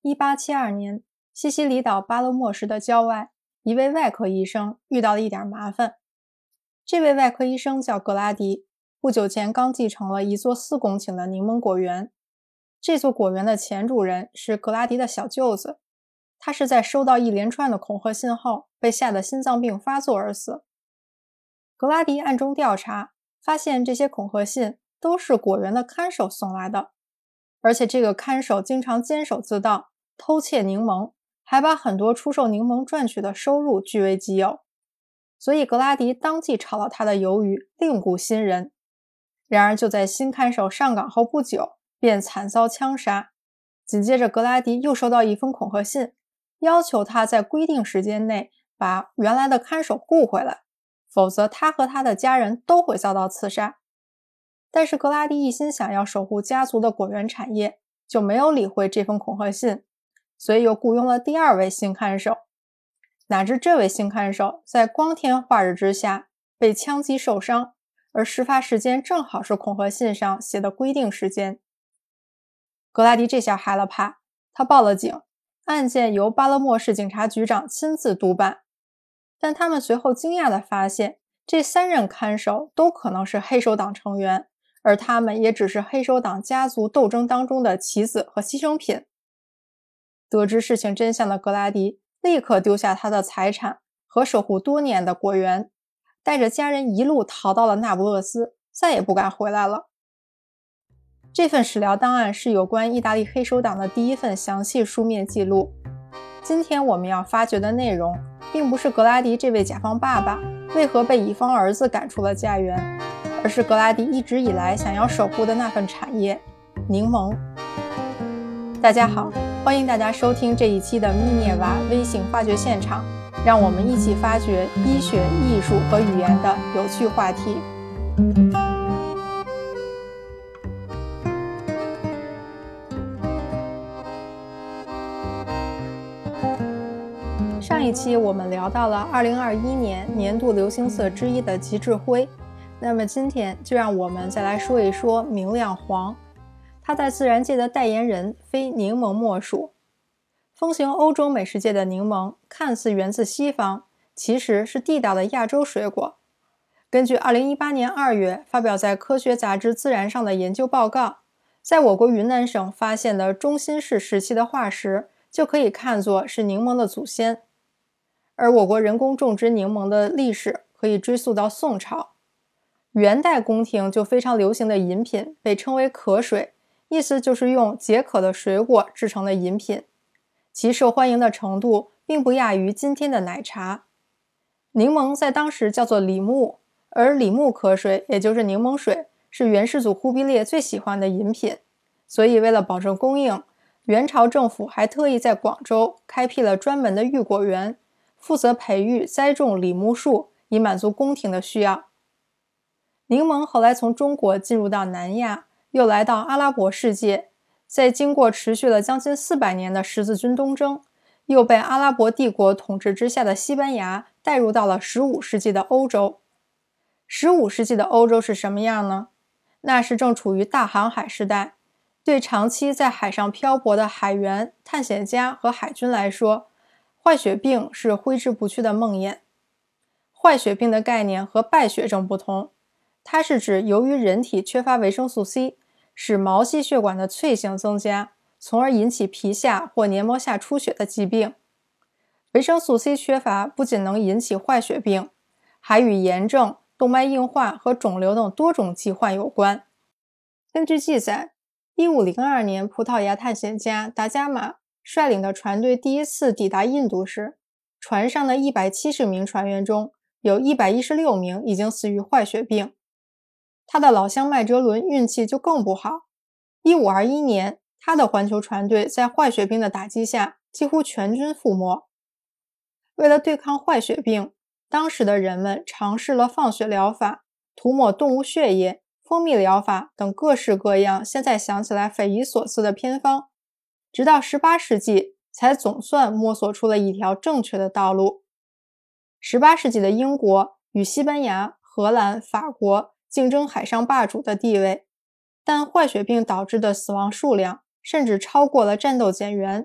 1872年，西西里岛巴勒莫市的郊外，一位外科医生遇到了一点麻烦。这位外科医生叫格拉迪，不久前刚继承了一座4公顷的柠檬果园。这座果园的前主人是格拉迪的小舅子，他是在收到一连串的恐吓信后，被吓得心脏病发作而死。格拉迪暗中调查，发现这些恐吓信都是果园的看守送来的，而且这个看守经常监守自盗，偷窃柠檬，还把很多出售柠檬赚取的收入据为己有。所以格拉迪当即炒了他的鱿鱼，另雇新人。然而就在新看守上岗后不久，便惨遭枪杀。紧接着格拉迪又收到一封恐吓信，要求他在规定时间内把原来的看守雇回来，否则他和他的家人都会遭到刺杀。但是格拉迪一心想要守护家族的果园产业，就没有理会这封恐吓信，所以又雇佣了第2位新看守。哪知这位新看守在光天化日之下被枪击受伤，而事发时间正好是恐吓信上写的规定时间。格拉迪这下害了怕，他报了警，案件由巴勒莫市警察局长亲自督办。但他们随后惊讶地发现，这3任看守都可能是黑手党成员，而他们也只是黑手党家族斗争当中的棋子和牺牲品。得知事情真相的格拉迪立刻丢下他的财产和守护多年的果园，带着家人一路逃到了那不勒斯，再也不敢回来了。这份史料档案是有关意大利黑手党的第1份详细书面记录。今天我们要发掘的内容，并不是格拉迪这位甲方爸爸为何被乙方儿子赶出了家园，而是格拉迪一直以来想要守护的那份产业——柠檬。大家好，欢迎大家收听这一期的密涅瓦微型发掘现场，让我们一起发掘医学、艺术和语言的有趣话题。上一期我们聊到了2021年年度流行色之一的极致灰，那么今天就让我们再来说一说明亮黄。它在自然界的代言人非柠檬莫属。风行欧洲美食界的柠檬看似源自西方，其实是地道的亚洲水果。根据2018年2月发表在科学杂志《自然》上的研究报告，在我国云南省发现的中新世时期的化石就可以看作是柠檬的祖先。而我国人工种植柠檬的历史可以追溯到宋朝。元代宫廷就非常流行的饮品被称为渴水，意思就是用解渴的水果制成的饮品，其受欢迎的程度并不亚于今天的奶茶。柠檬在当时叫做李木，而李木渴水也就是柠檬水是元世祖忽必烈最喜欢的饮品，所以为了保证供应，元朝政府还特意在广州开辟了专门的育果园，负责培育栽种李木树，以满足宫廷的需要。柠檬后来从中国进入到南亚，又来到阿拉伯世界，在经过持续了将近400年的十字军东征，又被阿拉伯帝国统治之下的西班牙带入到了15世纪的欧洲。15世纪的欧洲是什么样呢？那是正处于大航海时代，对长期在海上漂泊的海员、探险家和海军来说，坏血病是挥之不去的梦魇。坏血病的概念和败血症不同，它是指由于人体缺乏维生素 C， 使毛细血管的脆性增加，从而引起皮下或黏膜下出血的疾病。维生素 C 缺乏不仅能引起坏血病，还与炎症、动脉硬化和肿瘤等多种疾患有关。根据记载，1502年葡萄牙探险家达伽马率领的船队第1次抵达印度时，船上的170名船员中有116名已经死于坏血病。他的老乡麦哲伦运气就更不好，1521年他的环球船队在坏血病的打击下几乎全军覆没。为了对抗坏血病，当时的人们尝试了放血疗法、涂抹动物血液、蜂蜜疗法等各式各样现在想起来匪夷所思的偏方，直到18世纪才总算摸索出了一条正确的道路。18世纪的英国与西班牙、荷兰、法国竞争海上霸主的地位，但坏血病导致的死亡数量甚至超过了战斗减员，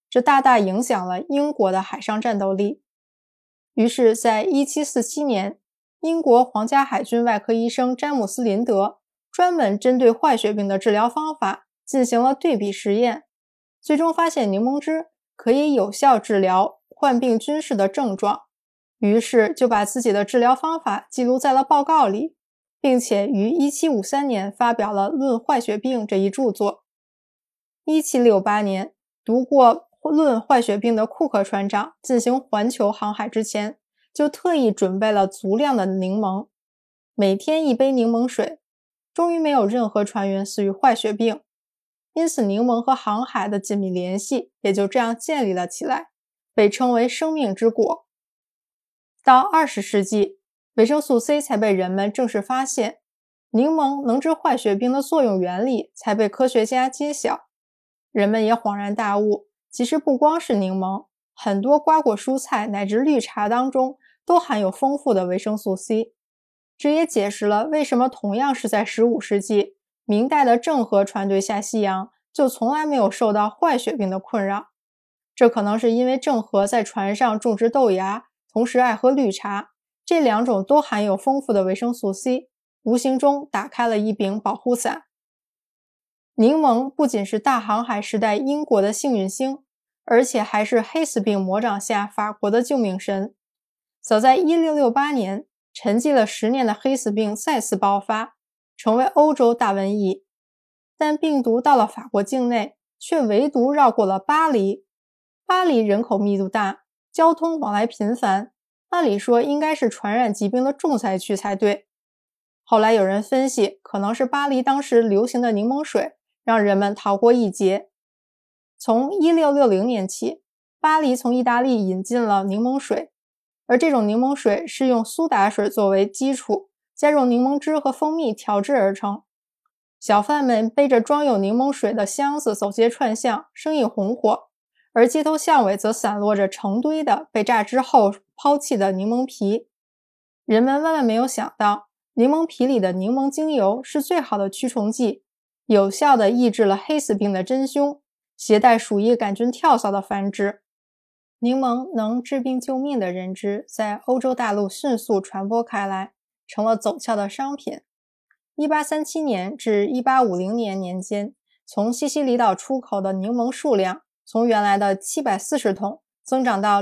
这大大影响了英国的海上战斗力。于是在1747年，英国皇家海军外科医生詹姆斯·林德专门针对坏血病的治疗方法进行了对比实验，最终发现柠檬汁可以有效治疗患病军士的症状，于是就把自己的治疗方法记录在了报告里，并且于1753年发表了《论坏血病》这一著作。1768年，读过《论坏血病》的库克船长进行环球航海之前，就特意准备了足量的柠檬，每天1杯柠檬水，终于没有任何船员死于坏血病。因此柠檬和航海的紧密联系也就这样建立了起来，被称为生命之果。到20世纪，维生素 C 才被人们正式发现，柠檬能治坏血病的作用原理才被科学家揭晓。人们也恍然大悟，其实不光是柠檬，很多瓜果蔬菜乃至绿茶当中都含有丰富的维生素 C。这也解释了为什么同样是在15世纪，明代的郑和船队下西洋就从来没有受到坏血病的困扰。这可能是因为郑和在船上种植豆芽，同时爱喝绿茶，这两种都含有丰富的维生素 C， 无形中打开了一柄保护伞。柠檬不仅是大航海时代英国的幸运星，而且还是黑死病魔掌下法国的救命神。早在1668年，沉寂了10年的黑死病再次爆发，成为欧洲大瘟疫。但病毒到了法国境内，却唯独绕过了巴黎。巴黎人口密度大，交通往来频繁，按理说应该是传染疾病的重灾区才对。后来有人分析，可能是巴黎当时流行的柠檬水让人们逃过一劫。从1660年起，巴黎从意大利引进了柠檬水，而这种柠檬水是用苏打水作为基础，加入柠檬汁和蜂蜜调制而成。小贩们背着装有柠檬水的箱子走街串巷，生意红火，而街头巷尾则散落着成堆的被榨汁后抛弃的柠檬皮。人们万万没有想到，柠檬皮里的柠檬精油是最好的驱虫剂，有效地抑制了黑死病的真凶，携带鼠疫杆菌跳蚤的繁殖。柠檬能治病救命的认知在欧洲大陆迅速传播开来，成了走俏的商品。1837年至1850年年间，从西西里岛出口的柠檬数量从原来的740桶增长到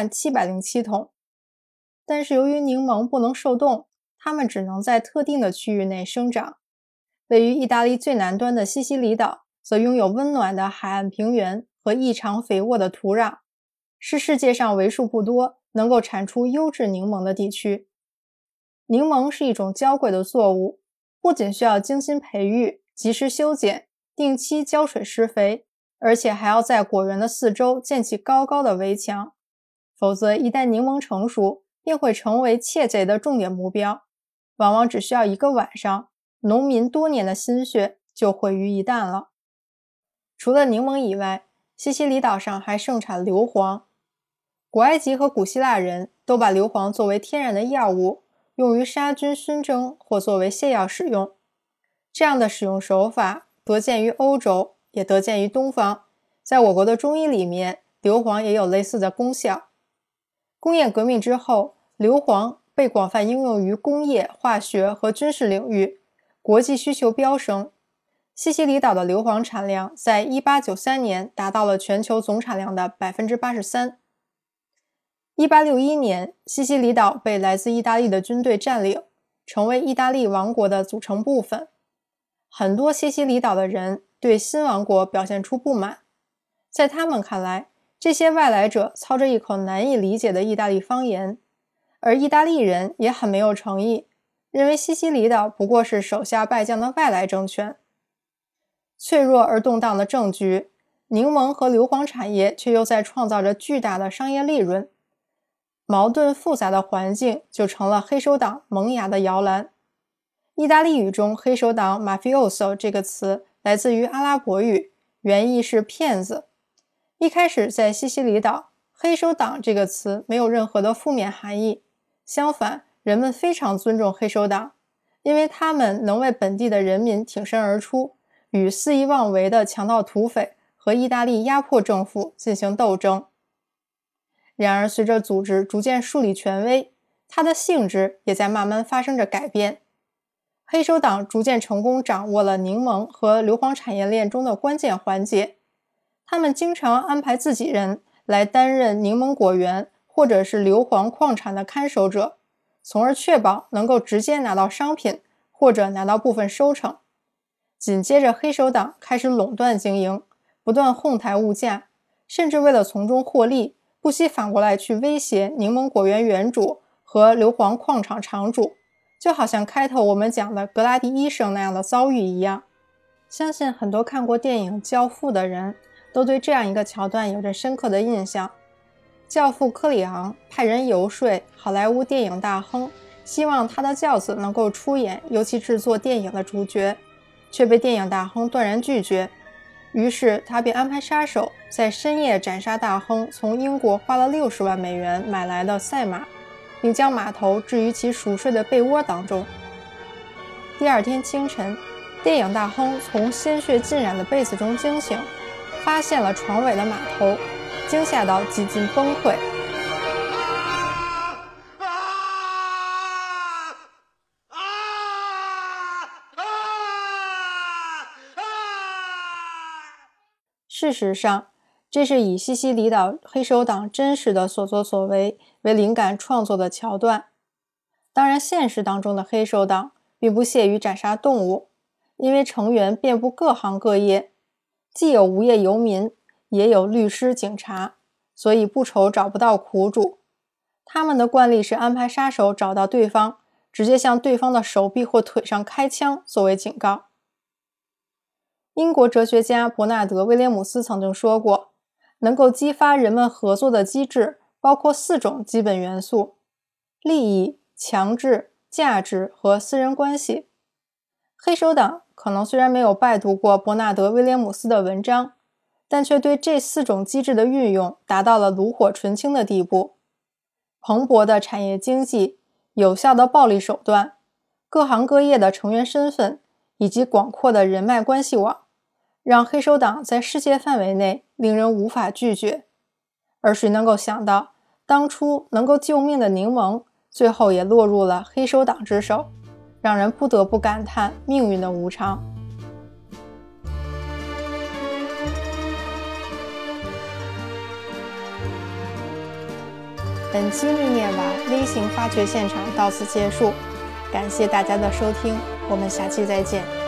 20707桶。但是由于柠檬不能受冻，它们只能在特定的区域内生长。位于意大利最南端的西西里岛则拥有温暖的海岸平原和异常肥沃的土壤，是世界上为数不多能够产出优质柠檬的地区。柠檬是一种娇贵的作物，不仅需要精心培育、及时修剪、定期浇水施肥，而且还要在果园的四周建起高高的围墙，否则一旦柠檬成熟，便会成为窃贼的重点目标，往往只需要1个晚上，农民多年的心血就毁于一旦了。除了柠檬以外，西西里岛上还盛产硫磺。古埃及和古希腊人都把硫磺作为天然的药物，用于杀菌熏蒸或作为泻药使用。这样的使用手法得见于欧洲，也得见于东方。在我国的中医里面，硫磺也有类似的功效。工业革命之后，硫磺被广泛应用于工业、化学和军事领域，国际需求飙升。西西里岛的硫磺产量在1893年达到了全球总产量的 83%。1861年，西西里岛被来自意大利的军队占领，成为意大利王国的组成部分。很多西西里岛的人对新王国表现出不满，在他们看来，这些外来者操着一口难以理解的意大利方言，而意大利人也很没有诚意，认为西西里岛不过是手下败将的外来政权。脆弱而动荡的政局，柠檬和硫磺产业却又在创造着巨大的商业利润。矛盾复杂的环境就成了黑手党萌芽的摇篮。意大利语中黑手党 mafioso 这个词来自于阿拉伯语，原意是骗子。一开始在西西里岛，黑手党这个词没有任何的负面含义，相反，人们非常尊重黑手党，因为他们能为本地的人民挺身而出，与肆意妄为的强盗土匪和意大利压迫政府进行斗争。然而随着组织逐渐树立权威，它的性质也在慢慢发生着改变。黑手党逐渐成功掌握了柠檬和硫磺产业链中的关键环节，他们经常安排自己人来担任柠檬果园或者是硫磺矿产的看守者，从而确保能够直接拿到商品或者拿到部分收成。紧接着黑手党开始垄断经营，不断哄抬物价，甚至为了从中获利，不惜反过来去威胁柠檬果园园主和硫磺矿场场主，就好像开头我们讲的格拉迪医生那样的遭遇一样。相信很多看过电影《教父》的人都对这样一个桥段有着深刻的印象。教父科里昂派人游说好莱坞电影大亨，希望他的教子能够出演由其制作电影的主角，却被电影大亨断然拒绝。于是他便安排杀手在深夜斩杀大亨从英国花了60万美元买来的赛马，并将马头置于其熟睡的被窝当中。第二天清晨，电影大亨从鲜血浸染的被子中惊醒，发现了床尾的马头，惊吓到几近崩溃。事实上，这是以西西里岛黑手党真实的所作所为为灵感创作的桥段。当然，现实当中的黑手党并不屑于斩杀动物，因为成员遍布各行各业，既有无业游民，也有律师、警察，所以不愁找不到苦主。他们的惯例是安排杀手找到对方，直接向对方的手臂或腿上开枪作为警告。英国哲学家伯纳德·威廉姆斯曾经说过，能够激发人们合作的机制包括4种基本元素：利益、强制、价值和私人关系。黑手党可能虽然没有拜读过伯纳德·威廉姆斯的文章，但却对这4种机制的运用达到了炉火纯青的地步。蓬勃的产业经济、有效的暴力手段、各行各业的成员身份以及广阔的人脉关系网，让黑手党在世界范围内令人无法拒绝。而谁能够想到，当初能够救命的柠檬，最后也落入了黑手党之手，让人不得不感叹命运的无常。本期密涅瓦微型发掘现场到此结束，感谢大家的收听，我们下期再见。